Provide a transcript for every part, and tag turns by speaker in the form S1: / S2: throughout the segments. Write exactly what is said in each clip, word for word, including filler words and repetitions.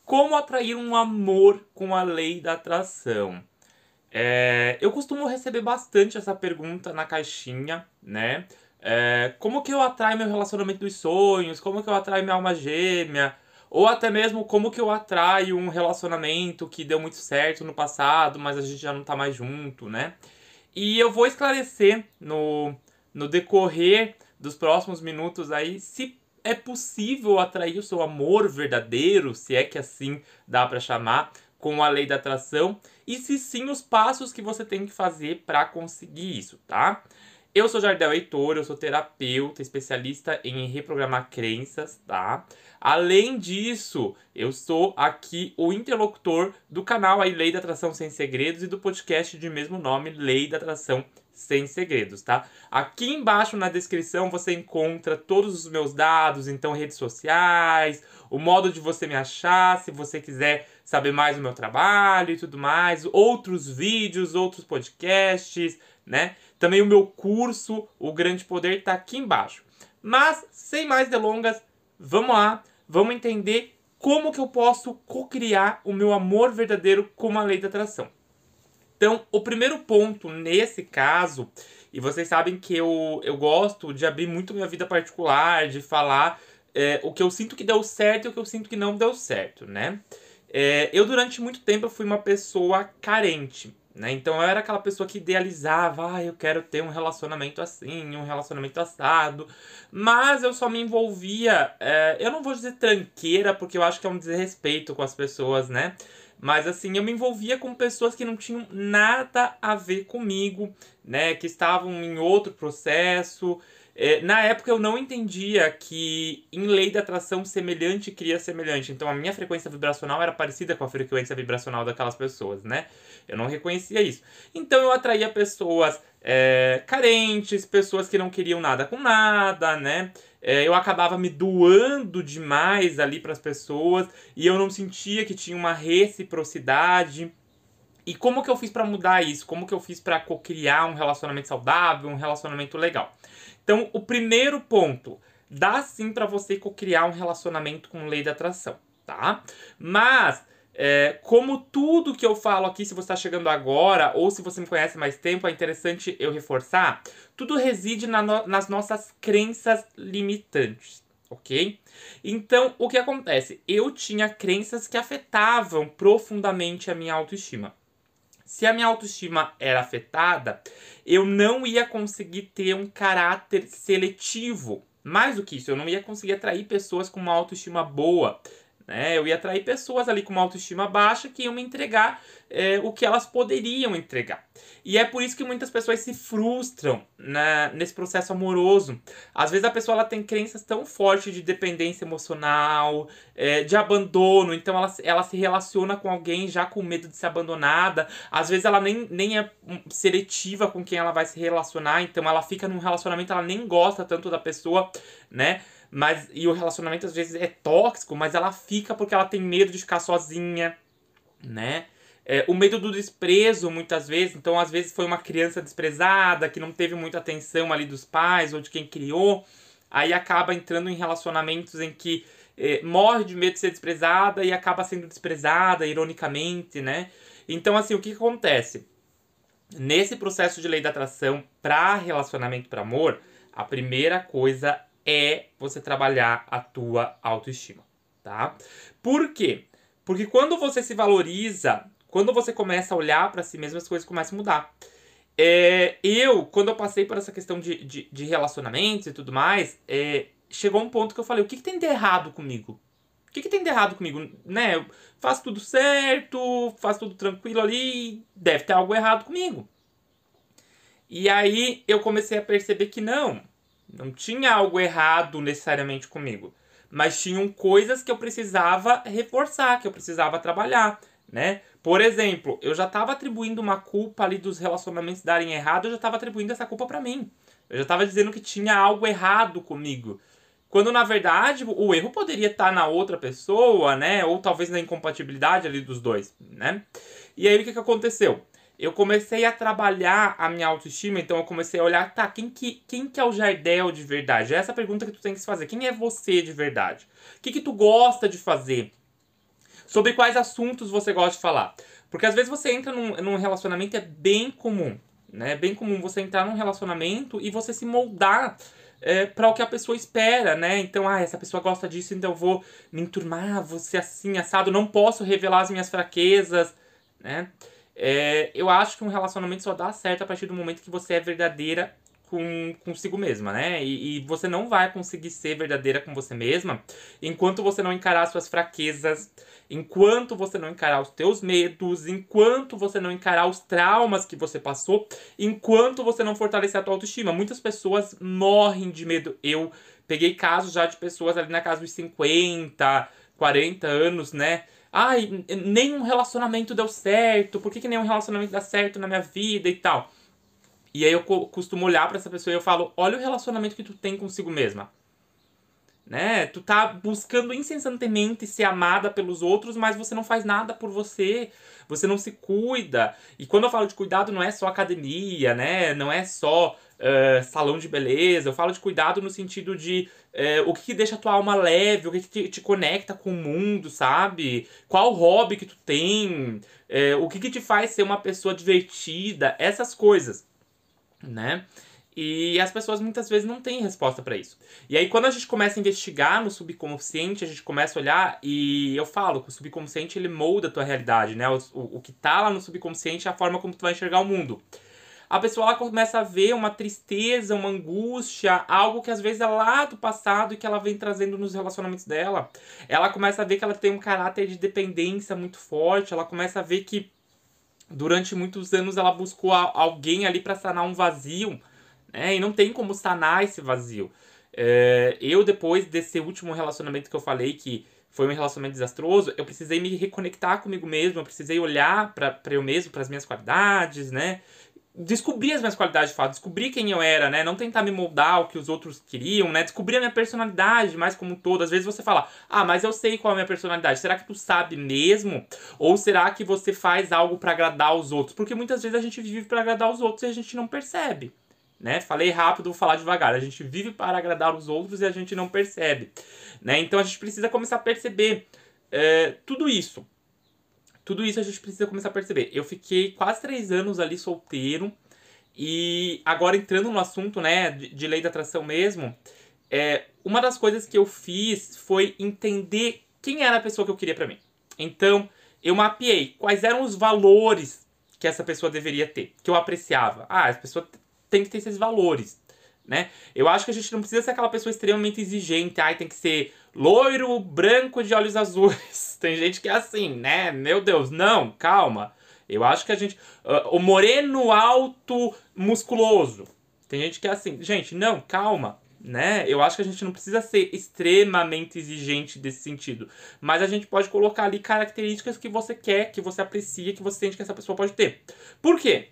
S1: Como atrair um amor com a lei da atração? É, eu costumo receber bastante essa pergunta na caixinha, né? É, como que eu atraio meu relacionamento dos sonhos? Como que eu atraio minha alma gêmea? Ou até mesmo como que eu atraio um relacionamento que deu muito certo no passado, mas a gente já não tá mais junto, né? E eu vou esclarecer no, no decorrer dos próximos minutos aí se é possível atrair o seu amor verdadeiro, se é que assim dá pra chamar, com a lei da atração, e se sim os passos que você tem que fazer pra conseguir isso, tá? Eu sou Jardel Heitor, eu sou terapeuta, especialista em reprogramar crenças, tá? Além disso, eu sou aqui o interlocutor do canal aí Lei da Atração Sem Segredos e do podcast de mesmo nome, Lei da Atração Sem Segredos, tá? Aqui embaixo na descrição você encontra todos os meus dados, então redes sociais, o modo de você me achar, se você quiser saber mais do meu trabalho e tudo mais, outros vídeos, outros podcasts, né? Também o meu curso, O Grande Poder, tá aqui embaixo. Mas, sem mais delongas, vamos lá, vamos entender como que eu posso co-criar o meu amor verdadeiro com a lei da atração. Então, o primeiro ponto nesse caso, e vocês sabem que eu, eu gosto de abrir muito minha vida particular, de falar é, o que eu sinto que deu certo e o que eu sinto que não deu certo, né? É, eu, durante muito tempo, eu fui uma pessoa carente, né? Então, eu era aquela pessoa que idealizava, ah, eu quero ter um relacionamento assim, um relacionamento assado, mas eu só me envolvia, é, eu não vou dizer tranqueira, porque eu acho que é um desrespeito com as pessoas, né? Mas assim, eu me envolvia com pessoas que não tinham nada a ver comigo, né? Que estavam em outro processo. É, na época eu não entendia que em lei da atração semelhante cria semelhante. Então a minha frequência vibracional era parecida com a frequência vibracional daquelas pessoas, né? Eu não reconhecia isso. Então eu atraía pessoas é, carentes, pessoas que não queriam nada com nada, né? É, eu acabava me doando demais ali para as pessoas e eu não sentia que tinha uma reciprocidade. E como que eu fiz para mudar isso? Como que eu fiz para co-criar um relacionamento saudável, um relacionamento legal? Então, o primeiro ponto, dá sim para você co-criar um relacionamento com lei da atração, tá? Mas é, como tudo que eu falo aqui, se você está chegando agora ou se você me conhece há mais tempo, é interessante eu reforçar, tudo reside na no- nas nossas crenças limitantes, ok? Então, o que acontece? Eu tinha crenças que afetavam profundamente a minha autoestima. Se a minha autoestima era afetada, eu não ia conseguir ter um caráter seletivo. Mais do que isso, eu não ia conseguir atrair pessoas com uma autoestima boa, né? Eu ia atrair pessoas ali com uma autoestima baixa que iam me entregar é, o que elas poderiam entregar. E é por isso que muitas pessoas se frustram na, nesse processo amoroso. Às vezes a pessoa ela tem crenças tão fortes de dependência emocional, é, de abandono, então ela, ela se relaciona com alguém já com medo de ser abandonada. Às vezes ela nem, nem é seletiva com quem ela vai se relacionar, então ela fica num relacionamento, ela nem gosta tanto da pessoa, né? Mas, e o relacionamento às vezes é tóxico, mas ela fica porque ela tem medo de ficar sozinha, né? É, o medo do desprezo, muitas vezes. Então, às vezes foi uma criança desprezada, que não teve muita atenção ali dos pais ou de quem criou. Aí acaba entrando em relacionamentos em que é, morre de medo de ser desprezada e acaba sendo desprezada, ironicamente, né? Então, assim, o que, que acontece? Nesse processo de lei da atração para relacionamento para amor, a primeira coisa é você trabalhar a tua autoestima, tá? Por quê? Porque quando você se valoriza, quando você começa a olhar para si mesmo, as coisas começam a mudar. É, eu, quando eu passei por essa questão de, de, de relacionamentos e tudo mais, é, chegou um ponto que eu falei, o que, que tem de errado comigo? O que, que tem de errado comigo? Né? Eu faço tudo certo, faço tudo tranquilo ali, deve ter algo errado comigo. E aí eu comecei a perceber que não, não tinha algo errado necessariamente comigo, mas tinham coisas que eu precisava reforçar, que eu precisava trabalhar, né? Por exemplo, eu já estava atribuindo uma culpa ali dos relacionamentos darem errado, eu já estava atribuindo essa culpa para mim. Eu já estava dizendo que tinha algo errado comigo. Quando na verdade o erro poderia estar na outra pessoa, né? Ou talvez na incompatibilidade ali dos dois, né? E aí o que, que aconteceu? Eu comecei a trabalhar a minha autoestima, então eu comecei a olhar, tá, quem que, quem que é o Jardel de verdade? É essa pergunta que tu tem que se fazer. Quem é você de verdade? O que, que tu gosta de fazer? Sobre quais assuntos você gosta de falar. Porque às vezes você entra num, num relacionamento, é bem comum, né? É bem comum você entrar num relacionamento e você se moldar é, para o que a pessoa espera, né? Então, ah, essa pessoa gosta disso, então eu vou me enturmar, vou ser assim, assado, não posso revelar as minhas fraquezas, né? É, eu acho que um relacionamento só dá certo a partir do momento que você é verdadeira com consigo mesma, né? E, e você não vai conseguir ser verdadeira com você mesma enquanto você não encarar suas fraquezas, enquanto você não encarar os teus medos, enquanto você não encarar os traumas que você passou, enquanto você não fortalecer a tua autoestima. Muitas pessoas morrem de medo. Eu peguei casos já de pessoas ali na casa dos cinquenta, quarenta anos, né? Ai, nenhum relacionamento deu certo, por que, que nenhum relacionamento dá certo na minha vida e tal? E aí eu costumo olhar pra essa pessoa e eu falo, olha o relacionamento que tu tem consigo mesma. Né? Tu tá buscando incessantemente ser amada pelos outros, mas você não faz nada por você. Você não se cuida. E quando eu falo de cuidado, não é só academia, né? Não é só uh, salão de beleza. Eu falo de cuidado no sentido de uh, o que, que deixa a tua alma leve, o que, que te, te conecta com o mundo, sabe? Qual hobby que tu tem, uh, o que, que te faz ser uma pessoa divertida, essas coisas, né? E as pessoas muitas vezes não têm resposta pra isso. E aí quando a gente começa a investigar no subconsciente, a gente começa a olhar e eu falo que o subconsciente ele molda a tua realidade, né? O, o, o que tá lá no subconsciente é a forma como tu vai enxergar o mundo. A pessoa ela começa a ver uma tristeza, uma angústia, algo que às vezes é lá do passado e que ela vem trazendo nos relacionamentos dela. Ela começa a ver que ela tem um caráter de dependência muito forte, ela começa a ver que durante muitos anos ela buscou alguém ali pra sanar um vazio, né? E não tem como sanar esse vazio. É, eu, depois desse último relacionamento que eu falei, que foi um relacionamento desastroso, eu precisei me reconectar comigo mesmo, eu precisei olhar pra, pra eu mesmo, pras minhas qualidades, né? Descobrir as minhas qualidades de fato, descobrir quem eu era, né? Não tentar me moldar ao que os outros queriam, né? Descobrir a minha personalidade mais como um todo. Às vezes você fala, ah, mas eu sei qual é a minha personalidade. Será que tu sabe mesmo? Ou será que você faz algo pra agradar os outros? Porque muitas vezes a gente vive pra agradar os outros e a gente não percebe. Né? Falei rápido, vou falar devagar. A gente vive para agradar os outros e a gente não percebe. Né? Então a gente precisa começar a perceber é, tudo isso. Tudo isso a gente precisa começar a perceber. Eu fiquei quase três anos ali solteiro. E agora entrando no assunto, né, de, de lei da atração mesmo, é, uma das coisas que eu fiz foi entender quem era a pessoa que eu queria pra mim. Então, eu mapeei quais eram os valores que essa pessoa deveria ter, que eu apreciava. Ah, as pessoas tem que ter esses valores, né? Eu acho que a gente não precisa ser aquela pessoa extremamente exigente. Ai, tem que ser loiro, branco, de olhos azuis. Tem gente que é assim, né? Meu Deus, não, calma. Eu acho que a gente... Uh, o moreno alto, musculoso. Tem gente que é assim. Gente, não, calma, né? Eu acho que a gente não precisa ser extremamente exigente desse sentido. Mas a gente pode colocar ali características que você quer, que você aprecia, que você sente que essa pessoa pode ter. Por quê?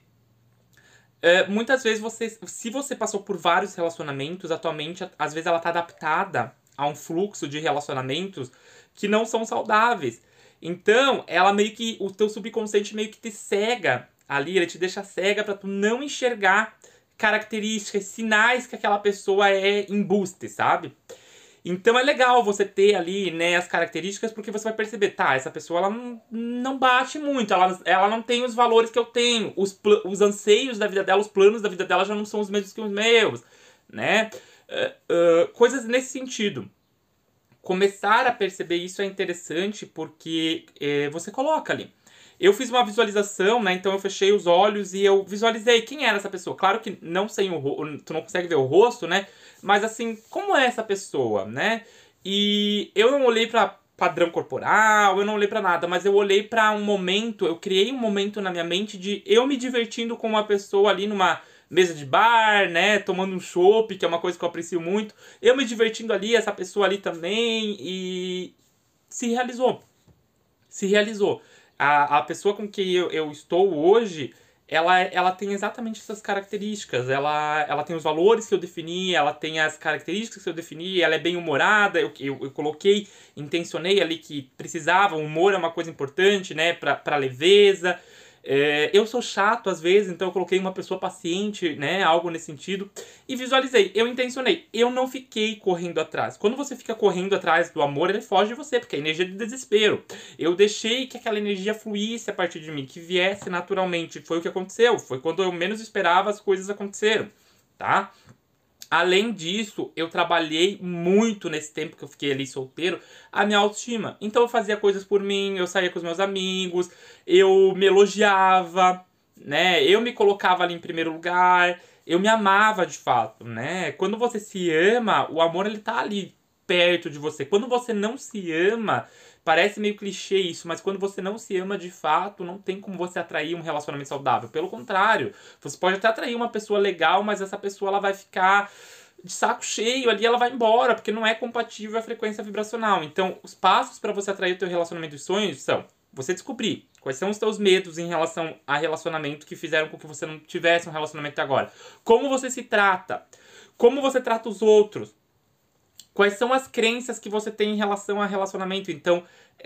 S1: Uh, muitas vezes, você, se você passou por vários relacionamentos, atualmente, às vezes ela está adaptada a um fluxo de relacionamentos que não são saudáveis. Então, ela meio que, o teu subconsciente meio que te cega ali, ele te deixa cega para tu não enxergar características, sinais que aquela pessoa é embuste, sabe? Então é legal você ter ali, né, as características, porque você vai perceber, tá, essa pessoa ela não, não bate muito, ela, ela não tem os valores que eu tenho, os, os anseios da vida dela, os planos da vida dela já não são os mesmos que os meus, né? Uh, uh, coisas nesse sentido. Começar a perceber isso é interessante porque uh, você coloca ali. Eu fiz uma visualização, né? Então eu fechei os olhos e eu visualizei quem era essa pessoa. Claro que não sem o rosto, tu não consegue ver o rosto, né? Mas assim, como é essa pessoa, né? E eu não olhei pra padrão corporal, eu não olhei pra nada, mas eu olhei pra um momento, eu criei um momento na minha mente de eu me divertindo com uma pessoa ali numa mesa de bar, né? Tomando um chopp, que é uma coisa que eu aprecio muito. Eu me divertindo ali, essa pessoa ali também, e se realizou. Se realizou. A, a pessoa com quem eu, eu estou hoje, ela, ela tem exatamente essas características. Ela, ela tem os valores que eu defini, ela tem as características que eu defini, ela é bem-humorada. Eu, eu, eu coloquei, intencionei ali que precisava, o humor é uma coisa importante, né, pra, pra leveza. É, eu sou chato às vezes, então eu coloquei uma pessoa paciente, né, algo nesse sentido, e visualizei, eu intencionei, eu não fiquei correndo atrás. Quando você fica correndo atrás do amor, ele foge de você, porque é energia de desespero. Eu deixei que aquela energia fluísse a partir de mim, que viesse naturalmente, foi o que aconteceu, foi quando eu menos esperava as coisas aconteceram, tá? Além disso, eu trabalhei muito nesse tempo que eu fiquei ali solteiro, a minha autoestima. Então eu fazia coisas por mim, eu saía com os meus amigos, eu me elogiava, né? Eu me colocava ali em primeiro lugar, eu me amava de fato, né? Quando você se ama, o amor ele tá ali perto de você. Quando você não se ama, parece meio clichê isso, mas quando você não se ama de fato, não tem como você atrair um relacionamento saudável. Pelo contrário, você pode até atrair uma pessoa legal, mas essa pessoa ela vai ficar de saco cheio ali, ela vai embora, porque não é compatível a frequência vibracional. Então, os passos para você atrair o teu relacionamento dos sonhos são você descobrir quais são os teus medos em relação a relacionamento que fizeram com que você não tivesse um relacionamento agora. Como você se trata, como você trata os outros, quais são as crenças que você tem em relação a relacionamento. Então,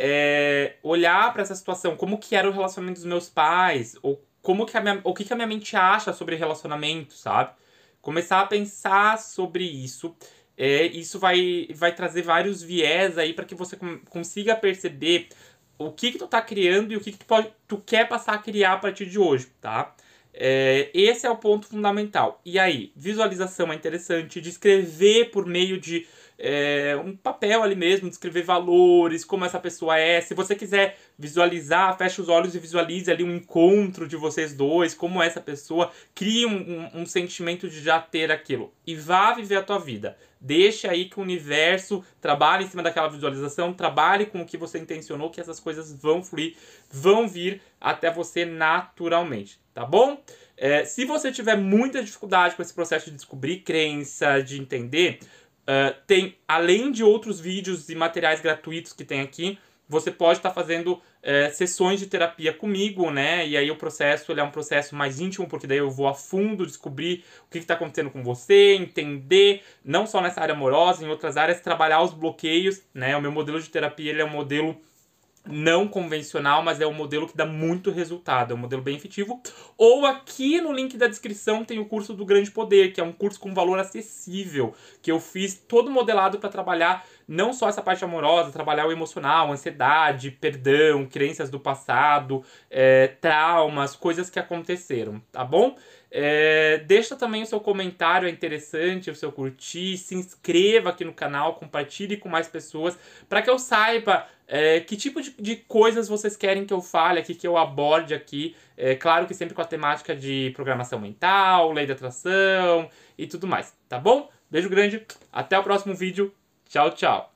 S1: é, olhar para essa situação, como que era o relacionamento dos meus pais, ou como que a minha, o que, que a minha mente acha sobre relacionamento, sabe? Começar a pensar sobre isso. É, isso vai, vai trazer vários viés aí para que você com, consiga perceber o que que tu tá criando e o que que tu, pode, tu quer passar a criar a partir de hoje, tá? É, esse é o ponto fundamental. E aí, visualização é interessante, descrever por meio de é, um papel ali mesmo, descrever valores, como essa pessoa é. Se você quiser visualizar, feche os olhos e visualize ali um encontro de vocês dois, como essa pessoa, crie um, um, um sentimento de já ter aquilo. E vá viver a tua vida. Deixe aí que o universo trabalhe em cima daquela visualização, trabalhe com o que você intencionou, que essas coisas vão fluir, vão vir até você naturalmente, tá bom? É, se você tiver muita dificuldade com esse processo de descobrir crença, de entender, uh, tem, além de outros vídeos e materiais gratuitos que tem aqui, você pode estar fazendo é, sessões de terapia comigo, né? E aí o processo ele é um processo mais íntimo, porque daí eu vou a fundo descobrir o que está acontecendo com você, entender, não só nessa área amorosa, em outras áreas, trabalhar os bloqueios, né? O meu modelo de terapia ele é um modelo não convencional, mas é um modelo que dá muito resultado, é um modelo bem efetivo. Ou aqui no link da descrição tem o curso do Grande Poder, que é um curso com valor acessível, que eu fiz todo modelado para trabalhar não só essa parte amorosa, trabalhar o emocional, ansiedade, perdão, crenças do passado, é, traumas, coisas que aconteceram, tá bom? É, deixa também o seu comentário, é interessante, o seu curtir, se inscreva aqui no canal, compartilhe com mais pessoas, para que eu saiba é, que tipo de, de coisas vocês querem que eu fale aqui, que eu aborde aqui. É, claro que sempre com a temática de programação mental, lei da atração e tudo mais, tá bom? Beijo grande, até o próximo vídeo, tchau, tchau!